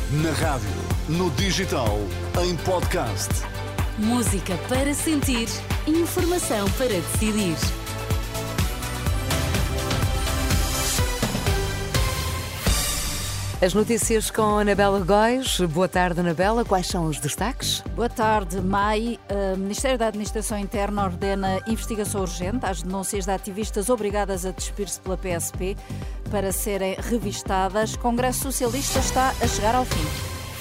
Na rádio, no digital, em podcast. Música para sentir, informação para decidir. As notícias com a Anabela Góis. Boa tarde, Anabela. Quais são os destaques? Boa tarde, Mai. O Ministério da Administração Interna ordena investigação urgente às denúncias de ativistas obrigadas a despir-se pela PSP para serem revistadas. O Congresso Socialista está a chegar ao fim.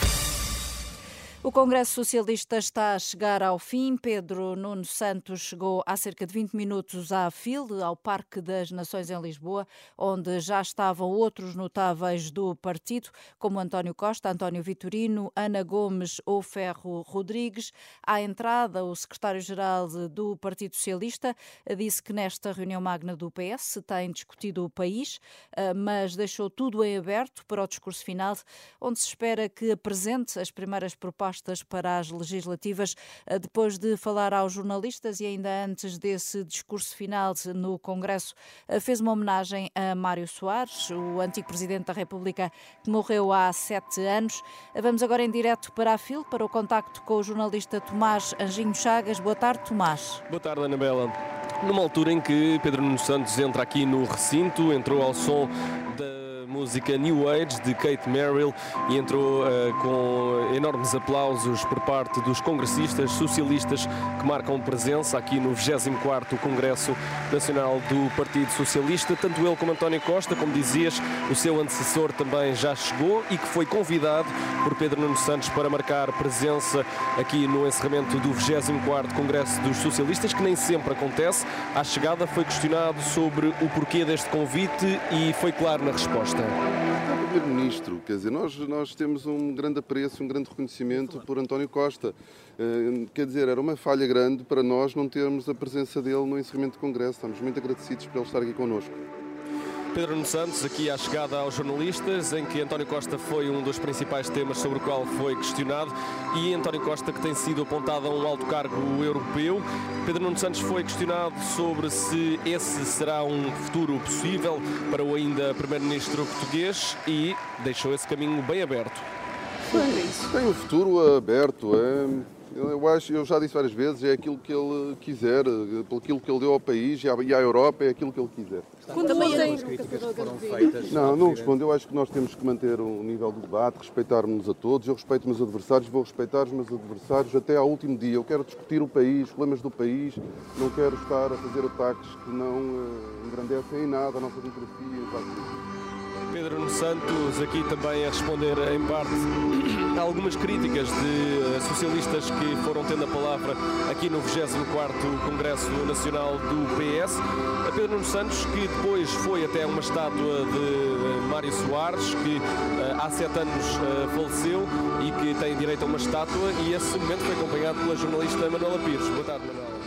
O Congresso Socialista está a chegar ao fim. Pedro Nuno Santos chegou há cerca de 20 minutos à FIL, ao Parque das Nações em Lisboa, onde já estavam outros notáveis do partido, como António Costa, António Vitorino, Ana Gomes ou Ferro Rodrigues. À entrada, o secretário-geral do Partido Socialista disse que nesta reunião magna do PS se tem discutido o país, mas deixou tudo em aberto para o discurso final, onde se espera que apresente as primeiras propostas para as legislativas. Depois de falar aos jornalistas e ainda antes desse discurso final no Congresso, fez uma homenagem a Mário Soares, o antigo Presidente da República, que morreu há 7 anos. Vamos agora em direto para a FIL, para o contacto com o jornalista Tomás Anjinho Chagas. Boa tarde, Tomás. Boa tarde, Anabela. Numa altura em que Pedro Nuno Santos entra aqui no recinto, entrou ao som da música New Age de Kate Merrill e entrou com enormes aplausos por parte dos congressistas socialistas que marcam presença aqui no 24º Congresso Nacional do Partido Socialista. Tanto ele como António Costa, como dizias, o seu antecessor também já chegou e que foi convidado por Pedro Nuno Santos para marcar presença aqui no encerramento do 24º Congresso dos Socialistas, que nem sempre acontece. À chegada foi questionado sobre o porquê deste convite e foi claro na resposta. Primeiro-Ministro, quer dizer, nós temos um grande apreço, um grande reconhecimento por António Costa. Quer dizer, era uma falha grande para nós não termos a presença dele no encerramento do Congresso. Estamos muito agradecidos por ele estar aqui connosco. Pedro Nuno Santos, aqui à chegada aos jornalistas, em que António Costa foi um dos principais temas sobre o qual foi questionado, e António Costa, que tem sido apontado a um alto cargo europeu. Pedro Nuno Santos foi questionado sobre se esse será um futuro possível para o ainda Primeiro-Ministro português e deixou esse caminho bem aberto. Tem um futuro aberto, eu já disse várias vezes, é aquilo que ele quiser, pelo aquilo que ele deu ao país e à Europa, é aquilo que ele quiser. As críticas que foram feitas. Não respondo. Eu acho que nós temos que manter o nível do debate, respeitarmos a todos. Eu respeito os meus adversários, vou respeitar os meus adversários até ao último dia. Eu quero discutir o país, os problemas do país, não quero estar a fazer ataques que não engrandecem em nada a nossa democracia. Pedro Nuno Santos aqui também a responder em parte a algumas críticas de socialistas que foram tendo a palavra aqui no 24º Congresso Nacional do PS. A Pedro Nuno Santos, que depois foi até uma estátua de Mário Soares, que há 7 anos faleceu e que tem direito a uma estátua, e esse momento foi acompanhado pela jornalista Manuela Pires. Boa tarde, Manuela.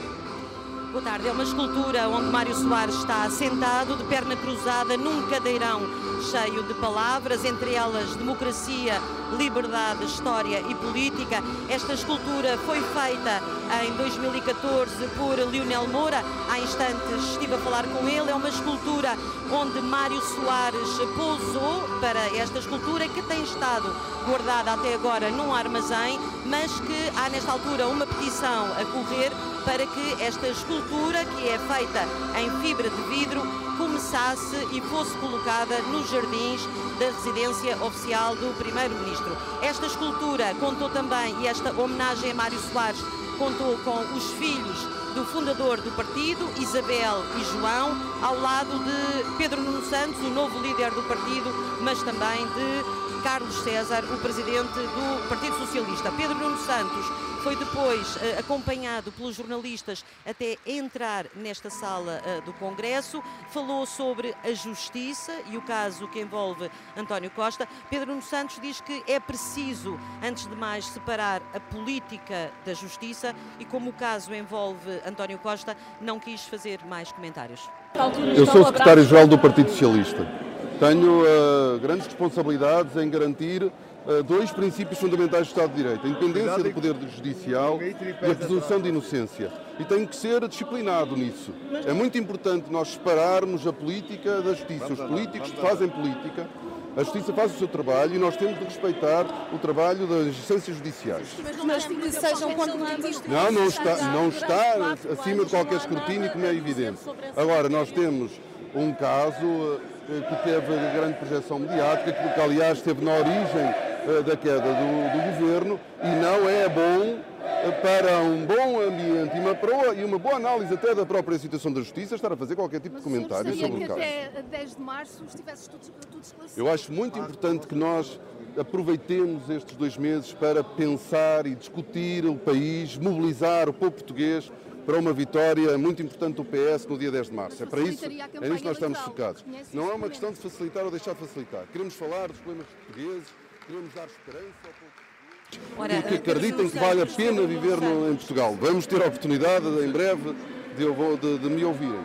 Boa tarde. É uma escultura onde Mário Soares está sentado, de perna cruzada, num cadeirão cheio de palavras, entre elas democracia, liberdade, história e política. Esta escultura foi feita em 2014 por Lionel Moura. Há instantes estive a falar com ele. É uma escultura onde Mário Soares pousou para esta escultura, que tem estado guardada até agora num armazém, mas que há nesta altura uma petição a correr para que esta escultura, que é feita em fibra de vidro, começasse e fosse colocada nos jardins da residência oficial do Primeiro-Ministro. Esta escultura contou também, e esta homenagem a Mário Soares, contou com os filhos do fundador do partido, Isabel e João, ao lado de Pedro Nuno Santos, o novo líder do partido, mas também de Carlos César, o presidente do Partido Socialista. Pedro Nuno Santos foi depois acompanhado pelos jornalistas até entrar nesta sala do Congresso. Falou sobre a justiça e o caso que envolve António Costa. Pedro Nuno Santos diz que é preciso, antes de mais, separar a política da justiça, e como o caso envolve António Costa, não quis fazer mais comentários. Eu sou o secretário-geral do Partido Socialista. Tenho grandes responsabilidades em garantir 2 princípios fundamentais do Estado de Direito: a independência do Poder Judicial e a presunção de inocência. E tenho que ser disciplinado nisso. É muito importante nós separarmos a política da justiça. Os políticos que fazem política A Justiça faz o seu trabalho e nós temos de respeitar o trabalho das instâncias judiciais. Mas que sejam condenados. Não está acima de qualquer escrutínio, como é evidente. Agora, nós temos um caso que teve grande projeção mediática, que aliás esteve na origem da queda do governo, e não é bom para um bom ambiente e uma boa análise até da própria situação da Justiça estar a fazer qualquer tipo de comentário sobre o caso. Até 10 de março estivesse tudo esclarecido. Eu acho muito importante que nós aproveitemos estes 2 meses para pensar e discutir o país, mobilizar o povo português para uma vitória muito importante do PS no dia 10 de março. É para isso, é nisso que nós estamos focados. Não é uma questão de facilitar ou deixar de facilitar. Queremos falar dos problemas portugueses, queremos dar esperança ao povo português, porque acreditem que vale a pena viver em Portugal. Vamos ter a oportunidade, em breve, de me ouvirem.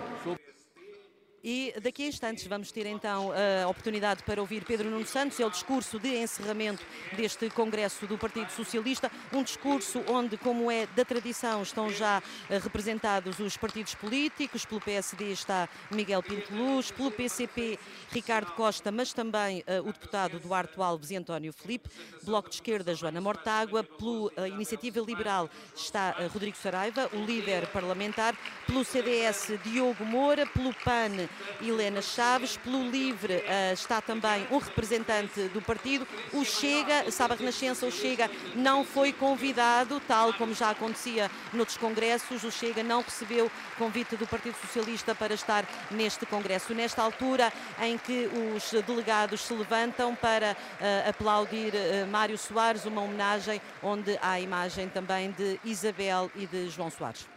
E daqui a instantes vamos ter então a oportunidade para ouvir Pedro Nuno Santos. É o discurso de encerramento deste Congresso do Partido Socialista, um discurso onde, como é da tradição, estão já representados os partidos políticos. Pelo PSD está Miguel Pinto Luz, pelo PCP Ricardo Costa, mas também o deputado Duarte Alves e António Filipe, Bloco de Esquerda Joana Mortágua, pela Iniciativa Liberal está Rodrigo Saraiva, o líder parlamentar, pelo CDS Diogo Moura, pelo PAN Helena Chaves, pelo LIVRE está também um representante do partido. O Chega, sabe a Renascença, o Chega não foi convidado, tal como já acontecia noutros congressos. O Chega não recebeu convite do Partido Socialista para estar neste congresso. Nesta altura em que os delegados se levantam para aplaudir Mário Soares, uma homenagem onde há a imagem também de Isabel e de João Soares.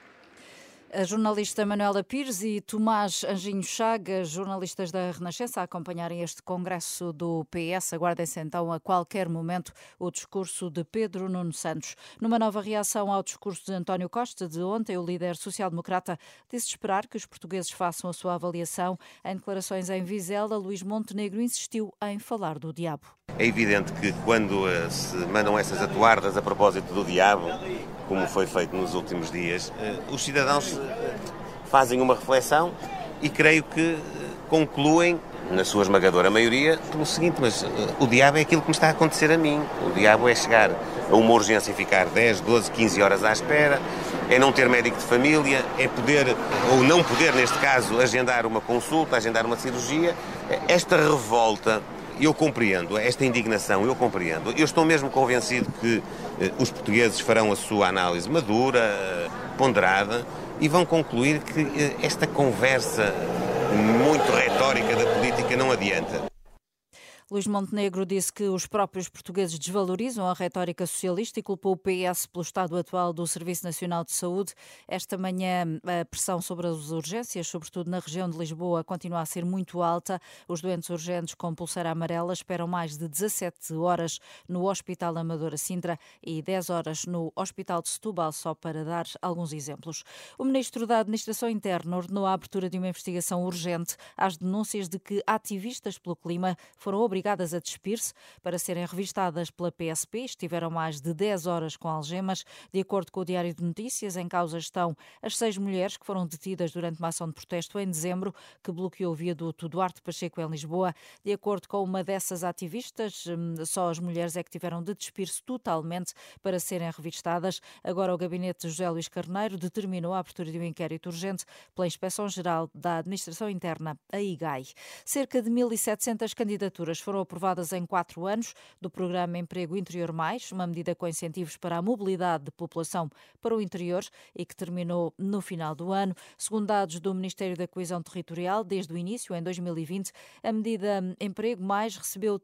A jornalista Manuela Pires e Tomás Anjinho Chagas, jornalistas da Renascença, a acompanharem este congresso do PS. Aguardem-se então a qualquer momento o discurso de Pedro Nuno Santos. Numa nova reação ao discurso de António Costa de ontem, o líder social-democrata disse esperar que os portugueses façam a sua avaliação. Em declarações em Vizela, Luís Montenegro insistiu em falar do diabo. É evidente que quando se mandam essas atuardas a propósito do diabo, como foi feito nos últimos dias, os cidadãos fazem uma reflexão e creio que concluem, na sua esmagadora maioria, pelo seguinte: mas o diabo é aquilo que me está a acontecer a mim. O diabo é chegar a uma urgência e ficar 10, 12, 15 horas à espera, é não ter médico de família, é poder, ou não poder, neste caso, agendar uma consulta, agendar uma cirurgia. Esta revolta, eu compreendo, esta indignação, eu compreendo. Eu estou mesmo convencido que os portugueses farão a sua análise madura, ponderada, e vão concluir que esta conversa muito retórica da política não adianta. Luís Montenegro disse que os próprios portugueses desvalorizam a retórica socialista e culpou o PS pelo estado atual do Serviço Nacional de Saúde. Esta manhã, a pressão sobre as urgências, sobretudo na região de Lisboa, continua a ser muito alta. Os doentes urgentes com pulseira amarela esperam mais de 17 horas no Hospital Amadora Sintra e 10 horas no Hospital de Setúbal, só para dar alguns exemplos. O Ministro da Administração Interna ordenou a abertura de uma investigação urgente às denúncias de que ativistas pelo clima foram obrigadas a despir-se para serem revistadas pela PSP. Estiveram mais de 10 horas com algemas. De acordo com o Diário de Notícias, em causa estão as 6 mulheres que foram detidas durante uma ação de protesto em dezembro que bloqueou o viaduto Duarte Pacheco em Lisboa. De acordo com uma dessas ativistas, só as mulheres é que tiveram de despir-se totalmente para serem revistadas. Agora o gabinete de José Luís Carneiro determinou a abertura de um inquérito urgente pela Inspeção-Geral da Administração Interna, a IGAI. Cerca de 1.700 candidaturas foram aprovadas em 4 anos do programa Emprego Interior Mais, uma medida com incentivos para a mobilidade de população para o interior e que terminou no final do ano. Segundo dados do Ministério da Coesão Territorial, desde o início, em 2020, a medida Emprego Mais recebeu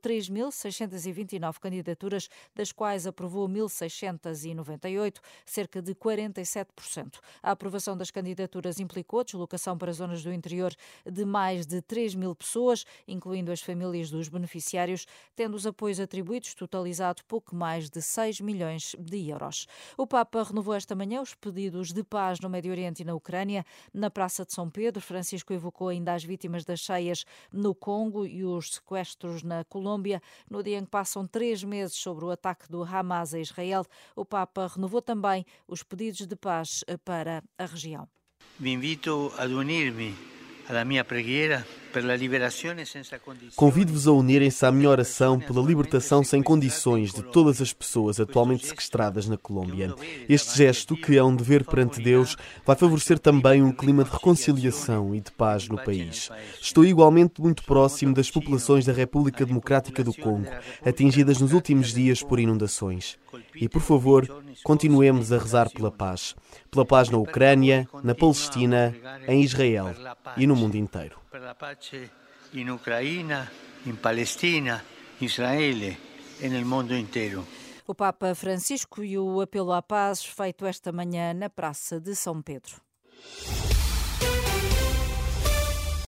3.629 candidaturas, das quais aprovou 1.698, cerca de 47%. A aprovação das candidaturas implicou a deslocação para zonas do interior de mais de 3.000 pessoas, incluindo as famílias dos beneficiários, tendo os apoios atribuídos totalizado pouco mais de 6 milhões de euros. O Papa renovou esta manhã os pedidos de paz no Médio Oriente e na Ucrânia. Na Praça de São Pedro, Francisco evocou ainda as vítimas das cheias no Congo e os sequestros na Colômbia. No dia em que passam 3 meses sobre o ataque do Hamas a Israel, o Papa renovou também os pedidos de paz para a região. Vi invito ad unirmi alla mia preghiera Convido-vos a unirem-se à minha oração pela libertação sem condições de todas as pessoas atualmente sequestradas na Colômbia. Este gesto, que é um dever perante Deus, vai favorecer também um clima de reconciliação e de paz no país. Estou igualmente muito próximo das populações da República Democrática do Congo, atingidas nos últimos dias por inundações. E, por favor, continuemos a rezar pela paz na Ucrânia, na Palestina, em Israel e no mundo inteiro. Pela pace in Ucraina, in Palestina, Israele e no mundo inteiro. O Papa Francisco e o apelo à paz feito esta manhã na Praça de São Pedro.